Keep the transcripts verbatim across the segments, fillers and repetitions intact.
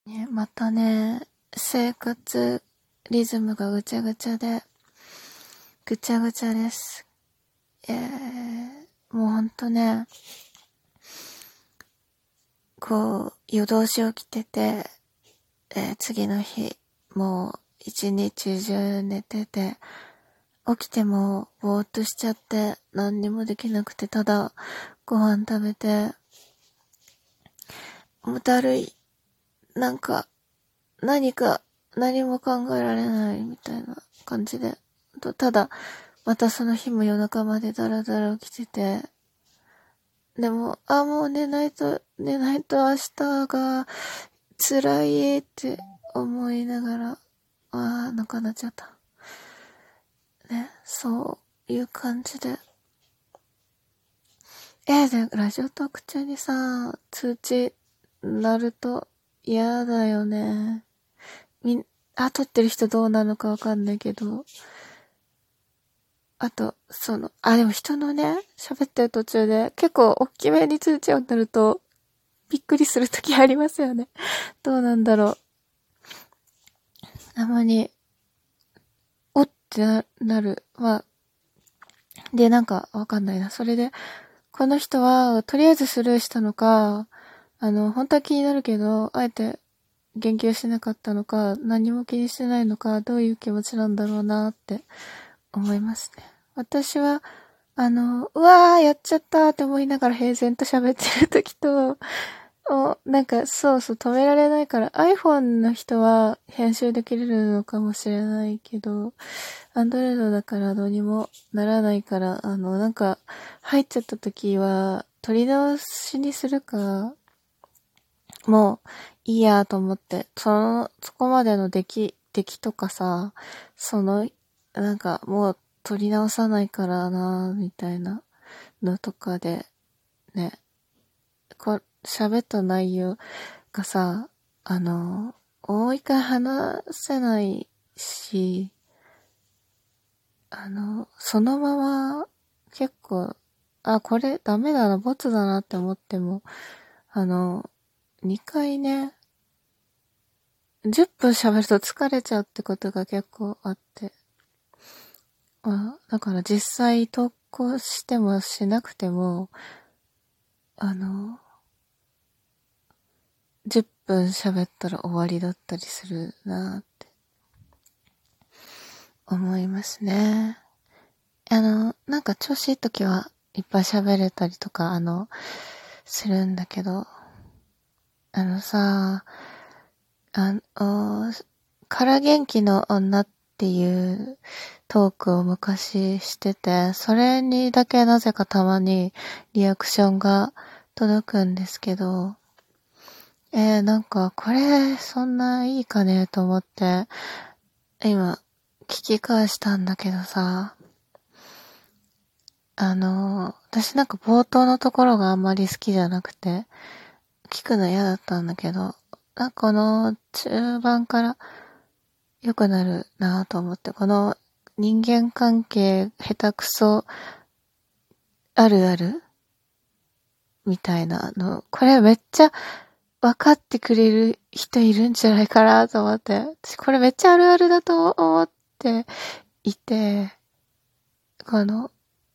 ね、またね、生活リズムがぐちゃぐちゃで、ぐちゃぐちゃです。えー、もうほんとね、こう、夜通し起きてて、えー、次の日、もう一日中寝てて、起きてもぼーっとしちゃって何にもできなくて、ただご飯食べて、もうだるい、なんか、何か、何も考えられないみたいな感じで、ただ、またその日も夜中までだらだら起きてて、でも、あ、もう寝ないと、寝ないと明日が辛いって思いながら、あー、なんかなっちゃった。ね、そういう感じで。えー、で、ラジオトーク中にさ、通知鳴ると嫌だよね。みん、あ、撮ってる人どうなのかわかんないけど、あと、その、あ、でも人のね、喋ってる途中で結構大きめに通知音鳴るとびっくりするときありますよね。どうなんだろう。たまに、おってな、なる。まあ、で、なんかわかんないな。それで、この人はとりあえずスルーしたのか、あの、本当は気になるけど、あえて言及しなかったのか、何も気にしてないのか、どういう気持ちなんだろうなって思いますね。私は、あの、うわーやっちゃったって思いながら平然と喋ってる時と、お、なんかそうそう止められないから iPhone の人は編集できれるのかもしれないけど、Android だからどうにもならないから、あの、なんか入っちゃった時は取り直しにするか、もういいやと思って、その、そこまでの出来、出来とかさ、その、なんかもう取り直さないからな、みたいなのとかで、ね、こ、喋った内容がさ、あの、もう一回話せないし、あの、そのまま結構、あ、これダメだな、ボツだなって思っても、あの、にかいね、じゅっぷん喋ると疲れちゃうってことが結構あって、あ、だから実際投稿してもしなくても、あの、じゅっぷん喋ったら終わりだったりするなって思いますね。あの、なんか調子いい時はいっぱい喋れたりとか、あの、するんだけど、あのさ、あの、から元気の女っていうトークを昔してて、それにだけなぜかたまにリアクションが届くんですけど、えー、なんかこれそんないいかねと思って、今聞き返したんだけどさ、あの、私なんか冒頭のところがあんまり好きじゃなくて、聞くの嫌だったんだけど、なんかこの中盤から良くなるなぁと思って、この人間関係下手くそあるあるみたいなの、これめっちゃ分かってくれる人いるんじゃないかなと思って、私これめっちゃあるあるだと思っていて、この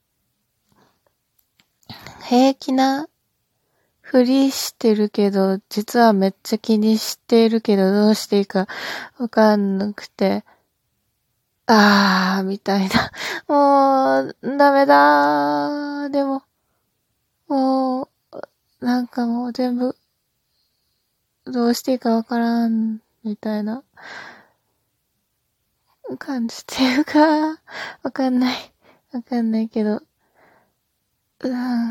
平気なふりしてるけど、実はめっちゃ気にしてるけど、どうしていいかわかんなくて、あー、みたいな。もう、ダメだー。でも、もう、なんかもう全部、どうしていいかわからん、みたいな感じっていうか、わかんない。わかんないけど、うん、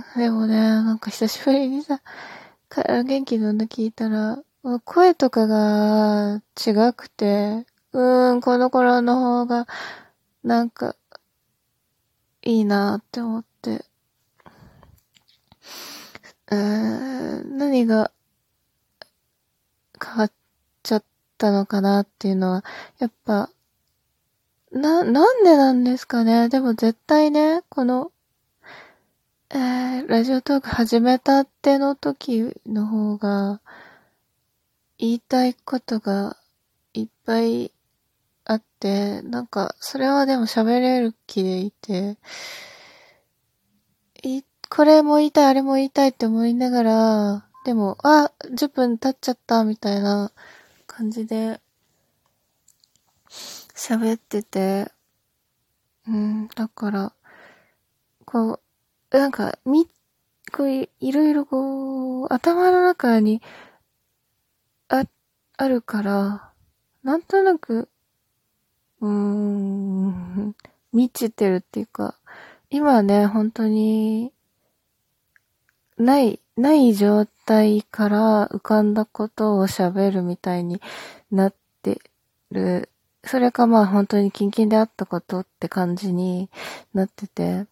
でもね、なんか久しぶりにさ、か元気の女聞いたら、声とかが違くて、うーん、この頃の方が、なんか、いいなって思って、うーん、何が変わっちゃったのかなっていうのは、やっぱ、な、なんでなんですかね。でも絶対ね、この、えー、ラジオトーク始めたっての時の方が、 言いたいことがいっぱいあって、なんか、それはでも喋れる気でいて、い、これも言いたい、あれも言いたいって思いながら、でも、あ、じゅっぷん経っちゃったみたいな感じで喋ってて、うん、だから、こう、なんか、み、こうい、いろいろこう、頭の中にあ、あるから、なんとなく、うーん、満ちてるっていうか、今はね、本当に、ない、ない状態から浮かんだことを喋るみたいになってる。それかまあ本当にキンキンであったことって感じになってて。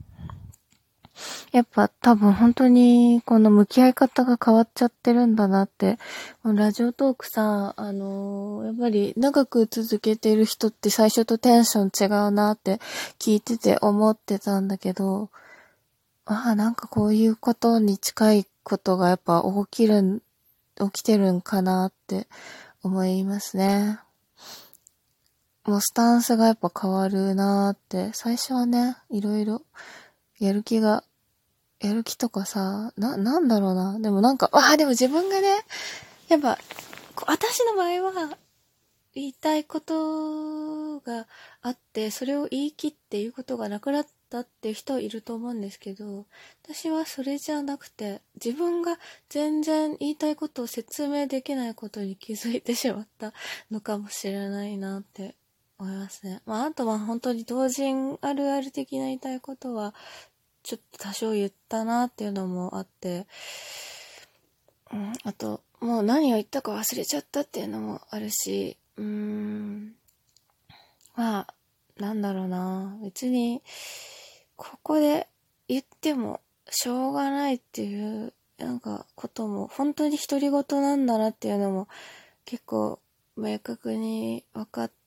やっぱ多分本当にこの向き合い方が変わっちゃってるんだなって。ラジオトークさ、あのー、やっぱり長く続けてる人って最初とテンション違うなって聞いてて思ってたんだけど、ああ、なんかこういうことに近いことがやっぱ起きるん、起きてるんかなって思いますね。もうスタンスがやっぱ変わるなーって、最初はね、いろいろやる気が、やる気とかさ、な、なんだろうな。でもなんか、ああ、でも自分がね、やっぱ、私の場合は、言いたいことがあって、それを言い切って言うことがなくなったっていう人いると思うんですけど、私はそれじゃなくて、自分が全然言いたいことを説明できないことに気づいてしまったのかもしれないなって思いますね。まあ、あとは本当に同人あるある的な言いたいことは、ちょっと多少言ったなっていうのもあって、うん、あと、もう何を言ったか忘れちゃったっていうのもあるし、うーん、まあ、なんだろうな。別に、ここで言ってもしょうがないっていう、なんか、ことも、本当に独り言なんだなっていうのも、結構、明確に分かって、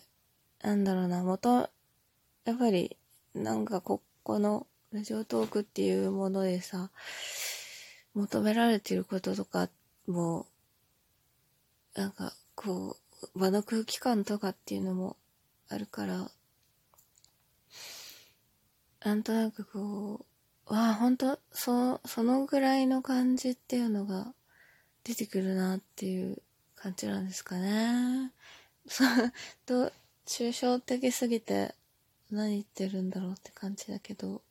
なんだろうな、元、やっぱり、なんか、ここの、ラジオトークっていうものでさ、求められていることとかも、なんか、こう、場の空気感とかっていうのもあるから、なんとなくこう、わあ、ほんと、そ、そのぐらいの感じっていうのが出てくるなっていう感じなんですかね。そう、と、抽象的すぎて何言ってるんだろうって感じだけど、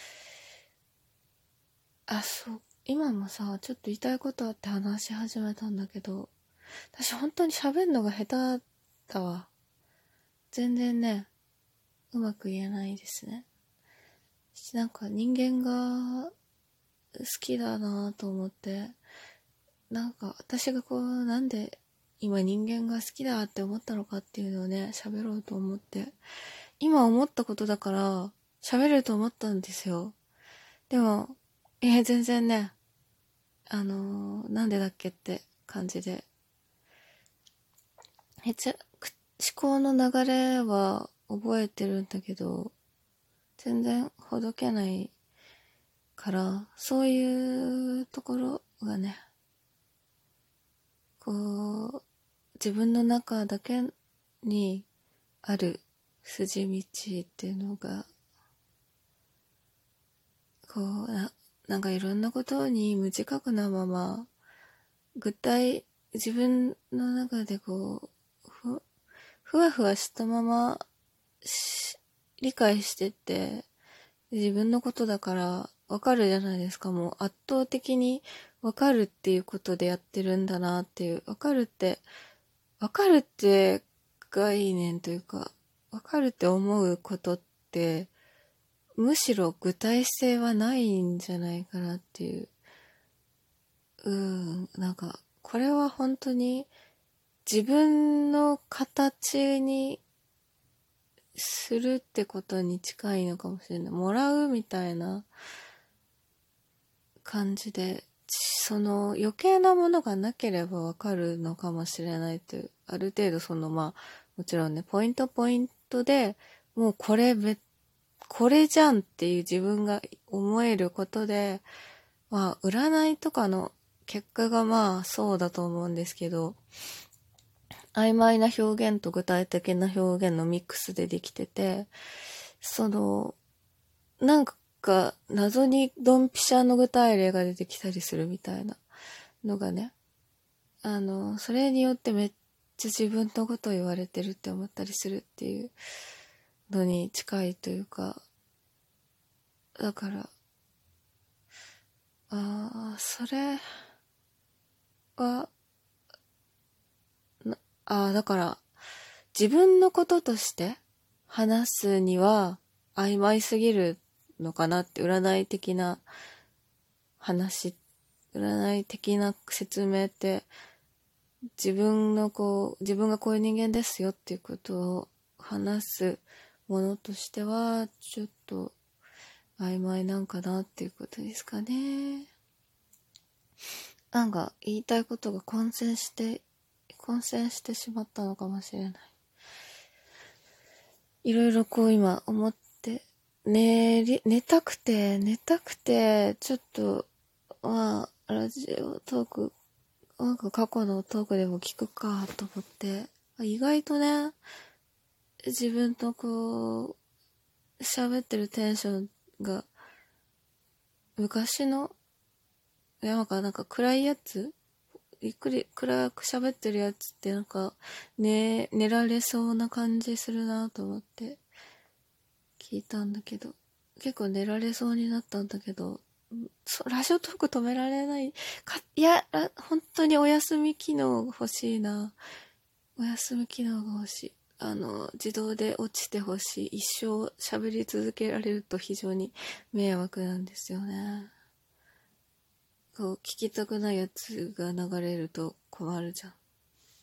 あ、そう、今もさ、ちょっと言いたいことあって話し始めたんだけど、私本当に喋るのが下手だわ。全然ね、うまく言えないですね。なんか人間が好きだなと思って、なんか私がこう、なんで今人間が好きだって思ったのかっていうのをね、喋ろうと思って、今思ったことだから喋れると思ったんですよ。でも、えー、全然ね、あのー、なんでだっけって感じで、めっちゃ思考の流れは覚えてるんだけど、全然ほどけないから、そういうところがね、こう、自分の中だけにある筋道っていうのが、こう、な、なんかいろんなことに無自覚なまま、具体、自分の中でこう、ふ、ふわふわしたまま理解してって、自分のことだからわかるじゃないですか。もう圧倒的にわかるっていうことでやってるんだなっていう。わかるって、わかるって概念というか、わかるって思うことって、むしろ具体性はないんじゃないかなっていう。うん、なんか、これは本当に自分の形にするってことに近いのかもしれない。もらうみたいな感じで、その余計なものがなければわかるのかもしれないという、ある程度そのまあ、もちろんね、ポイントポイントでもうこれべ、これじゃんっていう自分が思えることで、まあ、占いとかの結果がまあそうだと思うんですけど、曖昧な表現と具体的な表現のミックスでできてて、その、なんか謎にドンピシャの具体例が出てきたりするみたいなのがね、あの、それによってめっちゃ自分のことを言われてるって思ったりするっていうのに近いというか、だから、ああ、それは、なああ、だから、自分のこととして話すには曖昧すぎるのかなって、占い的な話、占い的な説明って、自分のこう、自分がこういう人間ですよっていうことを話すものとしては、ちょっと曖昧なんかなっていうことですかね。なんか言いたいことが混戦して、混戦してしまったのかもしれない。いろいろこう今思って、寝り、寝たくて、寝たくて、ちょっと、まあ、ラジオトーク、なんか過去のトークでも聞くかと思って、意外とね、自分とこう、喋ってるテンションが、昔の、いや、なんか、なんか暗いやつゆっくり暗く喋ってるやつってなんか、寝、寝られそうな感じするなと思って聞いたんだけど、結構寝られそうになったんだけど、ラジオトーク止められないか、いや、本当にお休み機能が欲しいな。お休み機能が欲しい。あの、自動で落ちてほしい。一生喋り続けられると非常に迷惑なんですよね。こう、聞きたくないやつが流れると困るじゃん。